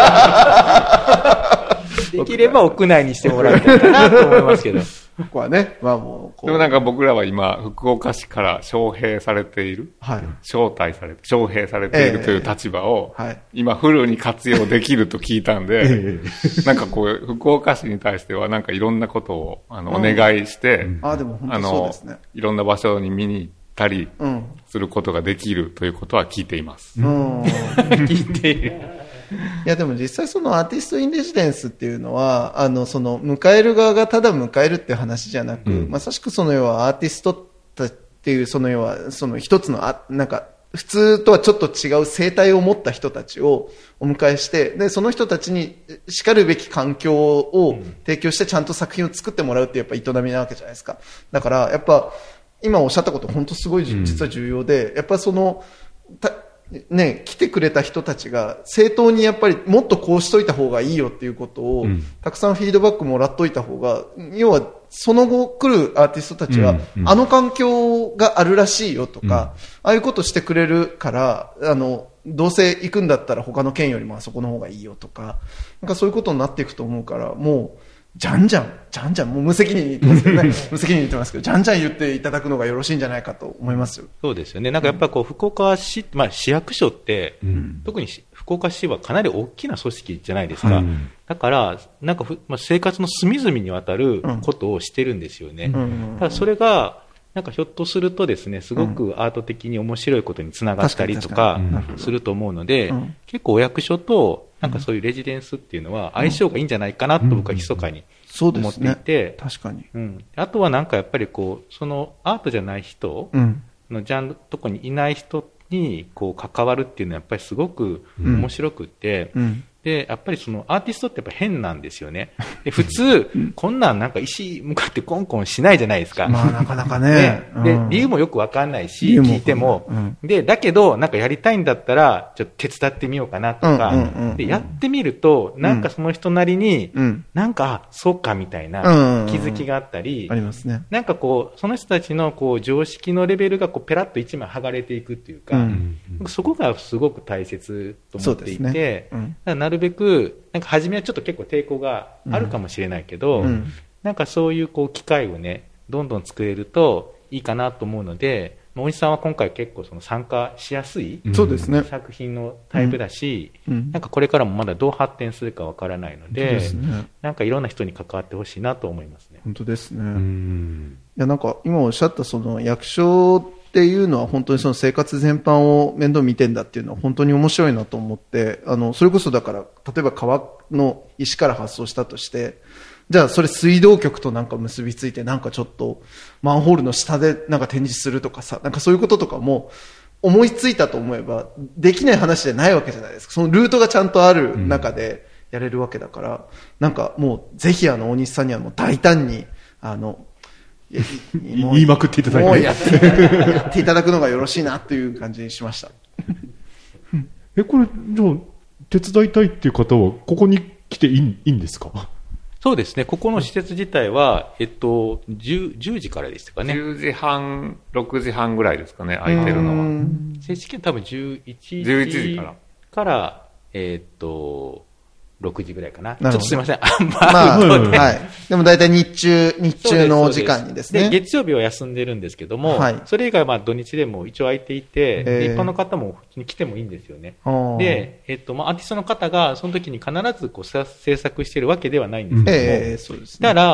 できれば屋内にしてもらいたいかなと思いますけど。 ここはね、まあもう。 でもなんか僕らは今、福岡市から招聘されている、はい、招待されて、招聘されているという立場を、えーはい、今フルに活用できると聞いたんで、えー、なんかこう、福岡市に対してはなんかいろんなことをあの、うん、お願いして、うん、 あ、でも本当そうですね。 いろんな場所に見に行ったりすることができるということは聞いています。 うん、聞いている。 いやでも実際そのアーティストインレジデンスっていうのは、あのその迎える側がただ迎えるっていう話じゃなく、うん、まさしくその要はアーティストっていうその要はその一つのあなんか普通とはちょっと違う生態を持った人たちをお迎えして、でその人たちにしかるべき環境を提供してちゃんと作品を作ってもらうってやっぱ営みなわけじゃないですか。だからやっぱ今おっしゃったこと本当すごい実は重要で、うん、やっぱそのたね、来てくれた人たちが正当にやっぱりもっとこうしといた方がいいよっていうことを、うん、たくさんフィードバックもらっといた方が、要はその後来るアーティストたちは、うんうん、あの環境があるらしいよとか、うん、ああいうことしてくれるから、あの、どうせ行くんだったら他の県よりもあそこの方がいいよとか、なんかそういうことになっていくと思うから、もう、じゃんじゃん、じゃんじゃん、もう無責任に言ってますけどね、無責任に言ってますけど、じゃんじゃん言っていただくのがよろしいんじゃないかと思いますよ。 そうですよね。なんかやっぱこう、福岡市、まあ市役所って、うん、特に福岡市はかなり大きな組織じゃないですか。うん、だから、なんかふ、まあ、生活の隅々にわたることをしてるんですよね。うん、ただそれが、なんかひょっとするとですね、すごくアート的に面白いことにつながったりとかすると思うので、うん、結構お役所となんかそういうレジデンスっていうのは相性がいいんじゃないかなと僕は密かに思っていて、 確かに。 うん。あとはなんかやっぱりこう、そのアートじゃない人のジャンル、とこにいない人にこう関わるっていうのはやっぱりすごく面白くって、うんうんで、やっぱりそのアーティストってやっぱ変なんですよね。で普通、こんなんなんか石向かってコンコンしないじゃないですか。 まあなかなかね。 で、うん、理由もよくわかんないし、聞いても、うん。で、だけど、なんかやりたいんだったら、ちょっと手伝ってみようかなとか、うんうんうんうん、で、やってみると、なんかその人なりに、うん、なんか、そうかみたいな気づきがあったり、うんうんうん、 ありますね。 なんかこう、その人たちのこう常識のレベルがこうペラッと一枚剥がれていくっていうか、うんうん、そこがすごく大切と思っていて、ねうん、だからなるべく、なんか初めはちょっと結構抵抗があるかもしれないけど、うん、なんかそういうこう機会をね、どんどん作れるといいかなと思うので、大西さんは今回結構その参加しやすい、 そうですね、 作品のタイプだし、うん、なんかこれからもまだどう発展するかわからないので、ね、なんかいろんな人に関わってほしいなと思いますね。 本当ですね。うん、いやなんか今おっしゃったその役所っていうのは本当にその生活全般を面倒見てんだっていうのは本当に面白いなと思って、あのそれこそだから例えば川の石から発想したとして、じゃあそれ水道局となんか結びついてなんかちょっとマンホールの下でなんか展示するとかさ、なんかそういうこととかも思いついたと思えばできない話じゃないわけじゃないですか。そのルートがちゃんとある中でやれるわけだから、うん、なんかもうぜひあの大西さんにはもう大胆にあの言いまくっていただいて、 もうやってやっていただくのがよろしいなという感じにしました。 え、これじゃあ手伝いたいっていう方はここに来ていい、いいんですか？ そうですね。ここの施設自体は、えっと、10, 10時からでしたかね。 じゅうじはん、ろくじはんぐらいですかね、空いてるのは。 正式に多分じゅういちじから、 から、えー、っと、ろくじぐらいかな。ちょっとすいません。 まあ、はい。でも大体日中、日中のお時間にですね。 で、月曜日は休んでるんですけども、はい、それ以外はまあ土日でも一応空いていて、えー、一般の方も普通に来てもいいんですよね。で、えっと、まあ、アーティストの方がその時に必ずこう制作しているわけではないんですけども、えー、そうですね。ただ、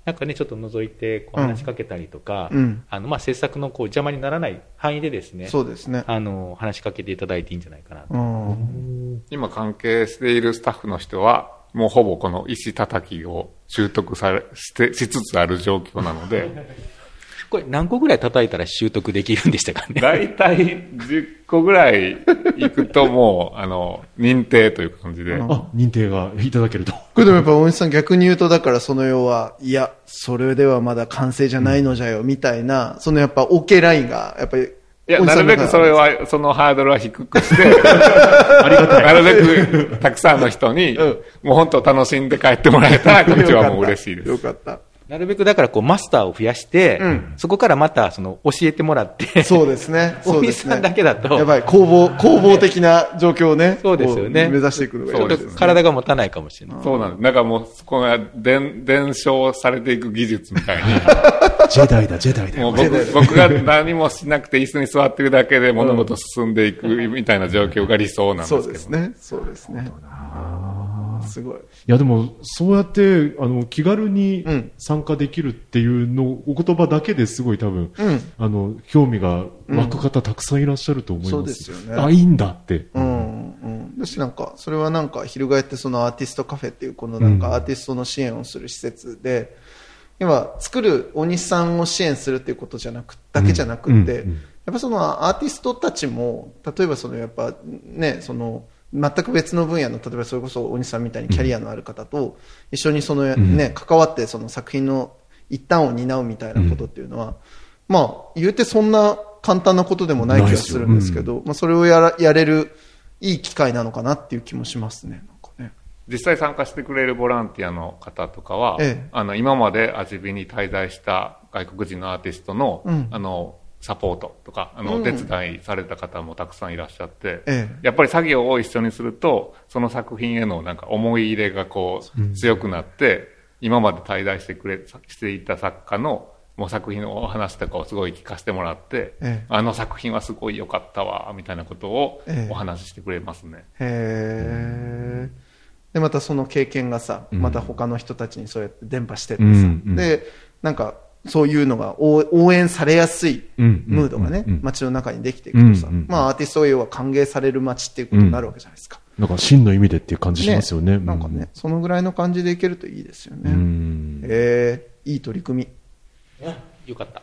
なんかね、ちょっと覗いてこう話しかけたりとか、 うん、 あの、まあ、制作のこう邪魔にならない範囲でですね、 そうですね。 あの、話しかけていただいていいんじゃないかなと。 今関係しているスタッフの人は、もうほぼこの石叩きを習得され、して、しつつある状況なので、 これ何個ぐらい叩いたら習得できるんでしたかね。 だいたいじゅっこぐらいいくともう、あの、認定という感じで。 あ、認定がいただけると。これでもやっぱ大西さん逆に言うと、だからその要は、いや、それではまだ完成じゃないのじゃよ、みたいな、そのやっぱ OK ラインが、やっぱり、 いや、なるべくそれは、そのハードルは低くして、ありがたい。なるべくたくさんの人に、うん、もう本当楽しんで帰ってもらえたら、こっちはもう嬉しいです。 よかった。 なるべくだからこうマスターを増やして、うん、そこからまたその教えてもらって。 そうですね。 大西さんだけだと。 やばい、工房、工房的な状況をね。 そうですよね。 目指していくのがいいですね。 ちょっと体が持たないかもしれない。 そうなんです。だからもう、そこが伝、伝承されていく技術みたいに。 ジェダイだ、ジェダイだ。 もう僕、僕が何もしなくて椅子に座ってるだけで物事進んでいくみたいな状況が理想なんですけど。 そうですね。そうですね。すごい。いやでもそうやってあの気軽に参加できるっていうの、うん、お言葉だけですごい多分、うん、あの興味が湧く方たくさんいらっしゃると思います。 そうですよね。 あ、いいんだって。 うんうん。だしなんかそれはなんか翻ってそのアーティストカフェっていうこのなんかアーティストの支援をする施設で、うん、今作る大西さんを支援するっていうことじゃなくだけじゃなくって、うんうんうん、やっぱそのアーティストたちも例えばそのやっぱねその全く別の分野の例えばそれこそ大西さんみたいにキャリアのある方と一緒にその、ね、関わってその作品の一端を担うみたいなことっていうのは、うん、まあ言うてそんな簡単なことでもない気がするんですけど、うん、まあ、それをやらやれるいい機会なのかなっていう気もしますね。なんかね、 実際参加してくれるボランティアの方とかは、ええ、あの今まで味見に滞在した外国人のアーティストの、うん、あのサポートとか、あの、お手伝いされた方もたくさんいらっしゃって、ええ、やっぱり作業を一緒にすると、その作品へのなんか思い入れがこう、強くなって、うん、今まで滞在してくれ、していた作家の、もう作品のお話とかをすごい聞かせてもらって、ええ、あの作品はすごい良かったわ、みたいなことをお話ししてくれますね。 へー。で、またその経験がさ、また他の人たちにそうやって伝播してってさ、うんうん、で、なんか、そういうのが応援されやすいムードがね、街の中にできていくとさ、まあアーティストが要は歓迎される街っていうことになるわけじゃないですか。 なんか真の意味でっていう感じしますよね。 ね、なんかね、そのぐらいの感じでいけるといいですよね。えー、いい取り組み。 よかった。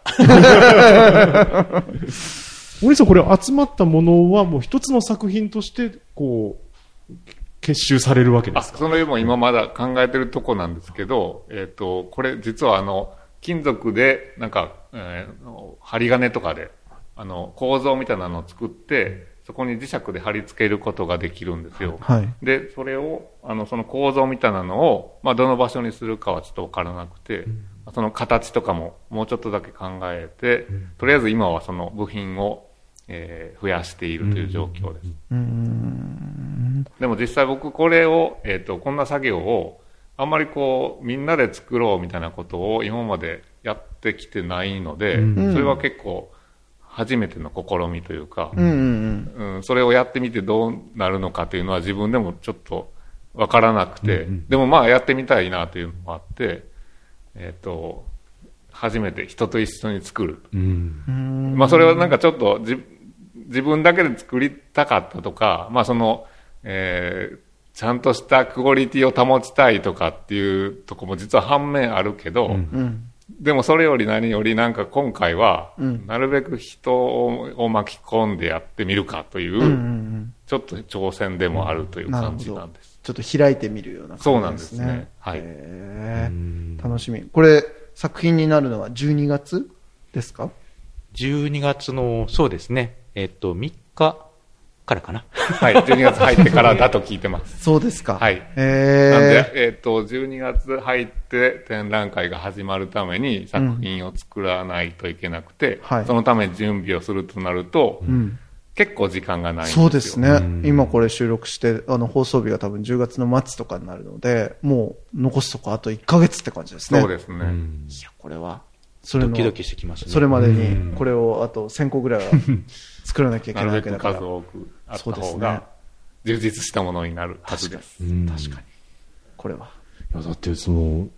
お兄さん、これ集まったものはもう一つの作品としてこう結集されるわけですか？ あ、それも今まだ考えてるとこなんですけど、えっと、これ実はあの、金属で、なんか、えー、針金とかで、あの、構造みたいなのを作って、そこに磁石で貼り付けることができるんですよ。はい。で、それを、あの、その構造みたいなのを、まあ、どの場所にするかはちょっとわからなくて、うん、その形とかももうちょっとだけ考えて、うん、とりあえず今はその部品を、えー、増やしているという状況です。うん、でも実際僕これを、えっと、こんな作業を、あんまりこうみんなで作ろうみたいなことを今までやってきてないので、うん、それは結構初めての試みというか、うんうんうん、それをやってみてどうなるのかというのは自分でもちょっとわからなくて、うんうん、でもまあやってみたいなというのもあって、えっと、初めて人と一緒に作る。うん、まあそれはなんかちょっと自、自分だけで作りたかったとか、まあその、えーちゃんとしたクオリティを保ちたいとかっていうとこも実は反面あるけど、うん、でもそれより何よりなんか今回は、なるべく人を巻き込んでやってみるかという、うんうんうん、ちょっと挑戦でもあるという感じなんです。 ちょっと開いてみるような感じですね。 そうなんですね。はい。 へー、楽しみ。これ作品になるのはじゅうにがつですか？ じゅうにがつの、そうですね。えっと、みっか。からかな。 はい。じゅうにがつ入ってからだと聞いてます。 そうですか。 はい。えー、なんで、えっと、じゅうにがつ入って展覧会が始まるために作品を作らないといけなくて、うんはい、そのために準備をするとなると、うん、結構時間がないんですよ。 そうですね。うん、今これ収録して、あの、放送日が多分じゅうがつの末とかになるので、もう残すとこあといっかげつって感じですね。 そうですね。うん、 いや、これは。 それのドキドキしてきますね。 それまでに、これをあとせんこぐらいは作らなきゃいけないわけだから。 なるべく数多くあった方が充実したものになるはずです。 確かに。確かに。これは。 いや、だってその、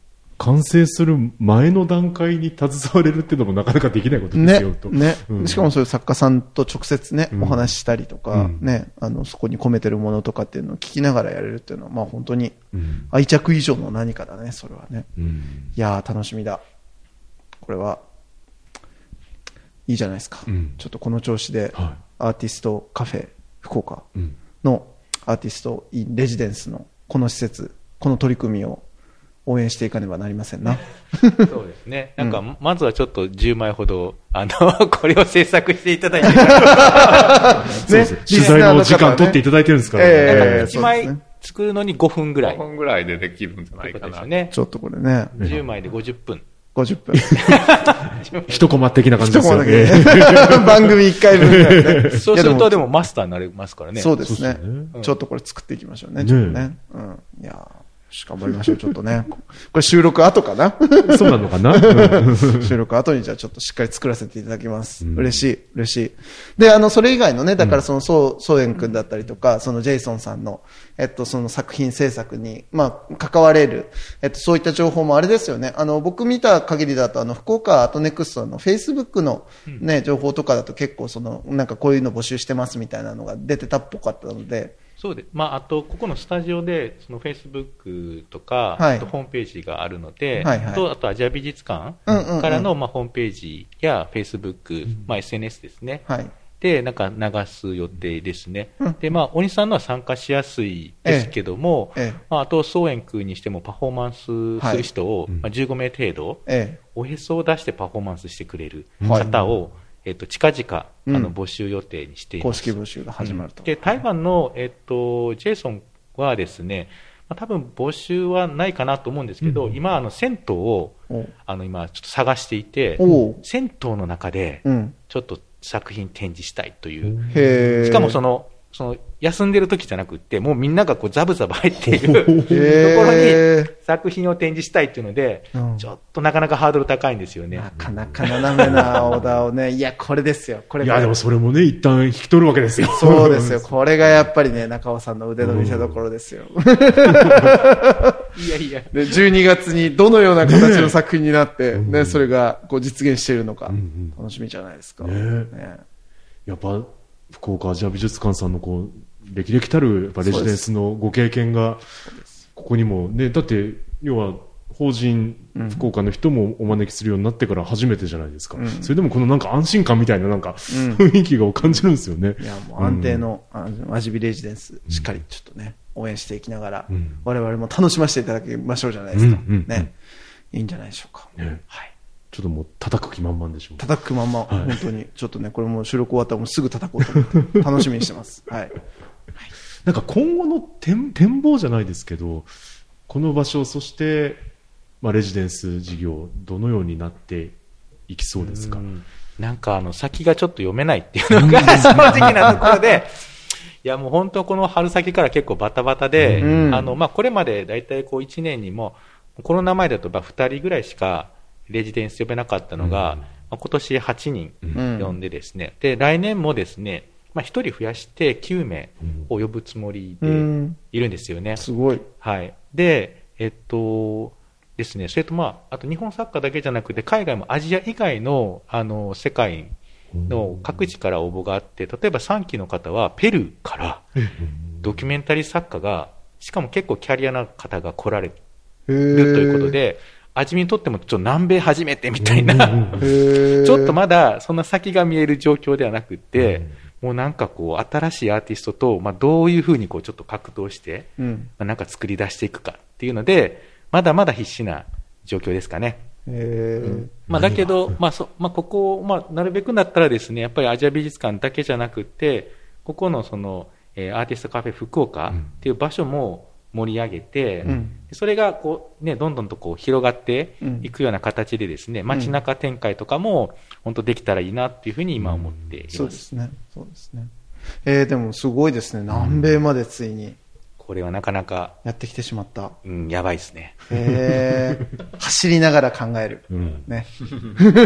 完成する前の段階に携われるっていうのもなかなかできないことですよ、 ねと。 ね、 うん、 しかもそういう作家さんと直接ね、うん、お話ししたりとか、 うん、 ね、あの、そこに込めてるものとかっていうのを聞きながらやれるっていうのは、まあ本当に愛着以上の何かだね、それはね。うん、いやー、楽しみだ。これは、いいじゃないですか。うん、ちょっとこの調子で、はい、アーティストカフェ福岡のアーティストインレジデンスのこの施設、この取り組みを応援していかねばなりませんな。 そうですね。なんか、うん、まずはちょっとじゅうまいほど、あの、これを制作していただいて。ね、 そうです。取材の時間取っていただいてるんですからね。 えー、いちまい作るのにごふんぐらい。 ごふんぐらいでできるんじゃないかな。 ね、ちょっとこれね。 じゅうまいでごじゅっぷん。 ごじゅっぷん。 一コマ的な感じですよね。 番組いっかいぶんぐらいね。 そうするとでもマスターになれますからね。 そうですね。ちょっとこれ作っていきましょうね。ちょっとね。うん。いや頑張りましょう、ちょっとね。これ収録後かなそうなのかな収録後にじゃあちょっとしっかり作らせていただきます。うん、嬉しい、嬉しい。で、あの、それ以外のね、だからその、そう、そうえんくんだったりとか、そのジェイソンさんの、えっと、その作品制作に、まあ、関われる、えっと、そういった情報もあれですよね。あの、僕見た限りだと、あの、福岡アートネクストの Facebook のね、情報とかだと結構その、なんかこういうの募集してますみたいなのが出てたっぽかったので、 そうです。まあ、あと、ここのスタジオで、そのフェイスブックとか、はい、あとホームページがあるので、はいはい、とあとアジア美術館からの、まあ、ホームページやフェイスブック、まあ、エスエヌエス ですね。はい、で、なんか流す予定ですね。うん、で、まあ、大西さんのは参加しやすいですけども、ええまあ、あと、総演空にしてもパフォーマンスする人を、はいまあ、じゅうごめい程度、ええ、おへそを出してパフォーマンスしてくれる方を、はいえっと、近々、あの、募集予定にしています。 公式募集が始まると。 うん、で、台湾の、えっと、ジェイソンはですね、まあ、多分募集はないかなと思うんですけど、うん、今、あの、銭湯を、あの、今、ちょっと探していて、銭湯の中で、ちょっと作品展示したいという。うん、しかもその、その、休んでる時じゃなくって、もうみんながこうザブザブ入っているところに作品を展示したいっていうので、うん、ちょっとなかなかハードル高いんですよね。 なかなか斜めなオーダーをね、いや、これですよ。これいや、でもそれもね、一旦引き取るわけですよ。 そうですよ。これがやっぱりね、中尾さんの腕の見せ所ですよ。 いやいや。 で、じゅうにがつにどのような形の作品になって、ね、ねそれがこう実現しているのか、楽しみじゃないですか。ねね、やっぱ、福岡アジア美術館さんのこう歴々たるやっぱレジデンスのご経験がここにもね、だって要は法人福岡の人もお招きするようになってから初めてじゃないですか、うん、それでもこのなんか安心感みたいななんか雰囲気が感じるんですよね、うん、 いやもう安定の、うん、アジビレジデンスしっかりちょっとね応援していきながら、うん、我々も楽しませていただきましょうじゃないですか、うんうんうん、ね、いいんじゃないでしょうか、ね、はい、 ちょっともう叩く気満々でしょう。 叩く気満々、はい、本当にちょっとねこれも収録終わったらもうすぐ叩こうと思って楽しみにしてます。はい。 なんか今後の展展望じゃないですけど、この場所そしてまあレジデンス事業どのようになっていきそうですか。 んなんかあの先がちょっと読めないっていうのが正直なところで。いやもう本当この春先から結構バタバタで、うん、あのまあこれまでだいたいこういちねんにもコロナ前だとふたりぐらいしかレジデンス呼べなかったのが、うんまあ、今年はちにん呼んでですね、うん、で来年もですね、まあ、ひとり増やしてきゅうめいを呼ぶつもりでいるんですよね。うん、 すごい。 はい。で、えっとですね、それとまああと日本作家だけじゃなくて海外もアジア以外のあの世界の各地から応募があって、例えばさんきの方はペルーからドキュメンタリー作家がしかも結構キャリアな方が来られるということで、味見にとってもちょっと南米初めてみたいなちょっとまだそんな先が見える状況ではなくて、もうなんかこう新しいアーティストとまあどういうふうにこうちょっと格闘してまあなんか作り出していくかっていうのでまだまだ必死な状況ですかね。へー、まあ、だけど、まあそまあ、ここを、まあ、なるべくだったらですね、やっぱりアジア美術館だけじゃなくて、ここのその、えー、アーティストカフェ福岡っていう場所も盛り上げて、うん、それがこう、ね、どんどんとこう広がっていくような形でですね、うん、街中展開とかも本当できたらいいなっていうふうに今思っています。 そうですね。そうですね。えー、でもすごいですね。南米までついに。 これはなかなかやってきてしまった。 うん、やばいですね。 へー走りながら考える。うん、ね。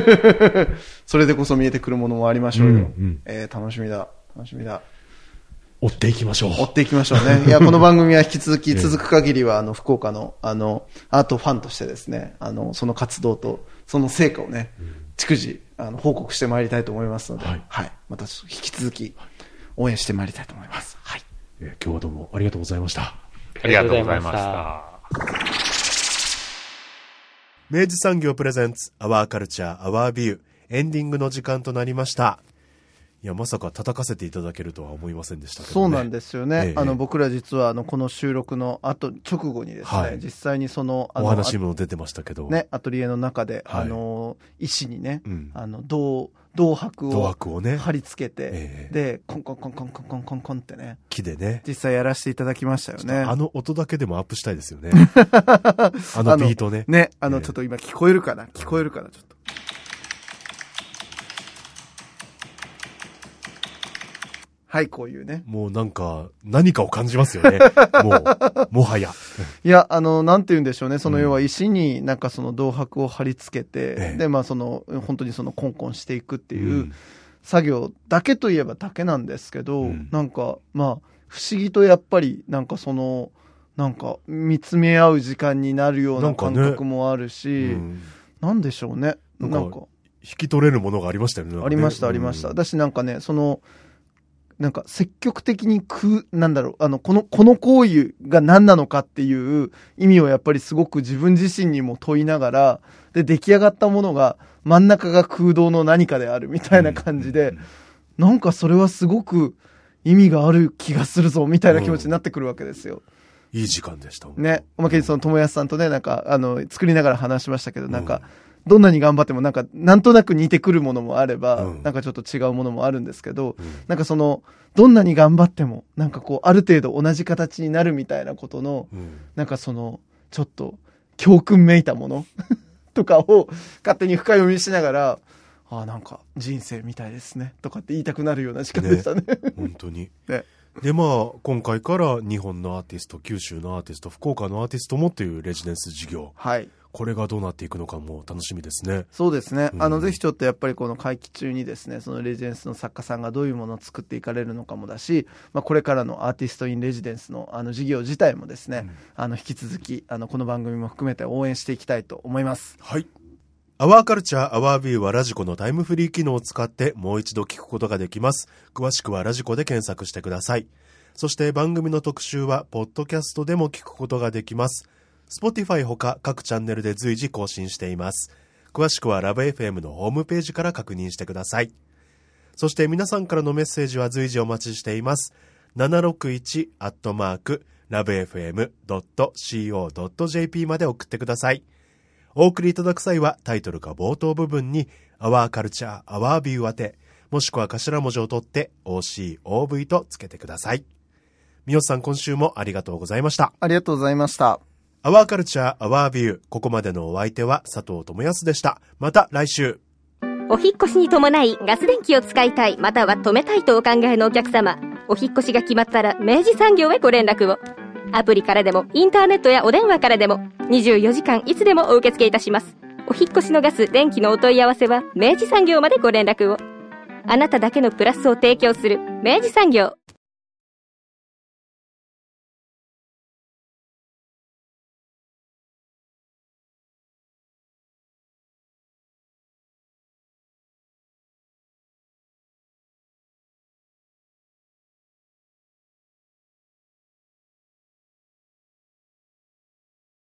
それでこそ見えてくるものもありましょうよ。うんうん、えー、楽しみだ。楽しみだ。 追っていきましょう。 追っていきましょうね。いや、この番組は引き続き続く限りは、あの、福岡の、あの、アートファンとしてですね、あの、その活動と、その成果をね、逐次、あの、報告してまいりたいと思いますので、はい。はい、また引き続き、応援してまいりたいと思います。はい。 えー、今日はどうもありがとうございました。 ありがとうございました。 明治産業プレゼンツ、アワーカルチャー、アワービュー、エンディングの時間となりました。いや、まさか叩かせていただけるとは思いませんでしたけどね。 そうなんですよね。ええ、あの、僕ら実は、あの、この収録の後、直後にですね、はい、実際にその、あの、 お話も出てましたけど。 ね、アトリエの中で、はい、あの、石にね、うん、あの、銅、銅箔を貼り付けて、ねええ、で、コンコンコンコンコンコンコンコンってね。 木でね。 実際やらせていただきましたよね。 あの音だけでもアップしたいですよね。あのビートね。 ね、あの、ちょっと今聞こえるかな、聞こえるかな、ちょっと。はい、こういうね。 もうなんか、何かを感じますよね。もう、もはや。 いや、あの、なんて言うんでしょうね。その要は石になんかその銅箔を貼り付けて、うん、で、まあその、本当にそのコンコンしていくっていう作業だけといえばだけなんですけど、うん、なんか、まあ、不思議とやっぱり、なんかその、なんか見つめ合う時間になるような感覚もあるし、なんかね、うん、なんでしょうね。なんか、なんか引き取れるものがありましたよね。 ありました、ありました。だしなんかね、その、なんか積極的にく、なんだろう、あの、この、この行為が何なのかっていう意味をやっぱりすごく自分自身にも問いながら、で、出来上がったものが真ん中が空洞の何かであるみたいな感じで、なんかそれはすごく意味がある気がするぞみたいな気持ちになってくるわけですよ。 いい時間でしたね。おまけにその友安さんとね、なんか、あの、作りながら話しましたけど、なんか、どんなに頑張ってもなんか、なんとなく似てくるものもあれば、うん、なんかちょっと違うものもあるんですけど、うん、なんかその、どんなに頑張っても、なんかこう、ある程度同じ形になるみたいなことの、うん、なんかその、ちょっと、教訓めいたものとかを勝手に深読みしながら、ああ、なんか人生みたいですね、とかって言いたくなるような時間でしたね。ね本当に。ね。で、まあ、今回から日本のアーティスト、九州のアーティスト、福岡のアーティストもというレジデンス事業。はい。これがどうなっていくのかも楽しみですね。 そうですね。うん、あの、ぜひちょっとやっぱりこの会期中にですね、そのレジデンスの作家さんがどういうものを作っていかれるのかもだし、まあ、これからのアーティストインレジデンスのあの事業自体もですね、うん、あの、引き続き、あの、この番組も含めて応援していきたいと思います。 はい。アワーカルチャーアワービューはラジコのタイムフリー機能を使ってもう一度聞くことができます。詳しくはラジコで検索してください。そして番組の特集はポッドキャストでも聞くことができます。Spotify ほか各チャンネルで随時更新しています。詳しくはラブ エフエム のホームページから確認してください。そして皆さんからのメッセージは随時お待ちしています。ななろくいちアットマークラブエフエムドットシーオードットジェーピー まで送ってください。お送りいただく際はタイトルか冒頭部分に Our Culture, Our View 宛て、もしくは頭文字を取って オーシーオーブイ とつけてください。みよさん、今週もありがとうございました。 ありがとうございました。 Our Culture, Our View。ここまでのお相手は佐藤智康でした。また来週。 お引越しに伴いガス電気を使いたい、または止めたいとお考えのお客様、お引越しが決まったら明治産業へご連絡を。アプリからでもインターネットやお電話からでもにじゅうよじかんいつでもお受け付けいたします。お引越しのガス、電気のお問い合わせは明治産業までご連絡を。あなただけのプラスを提供する明治産業。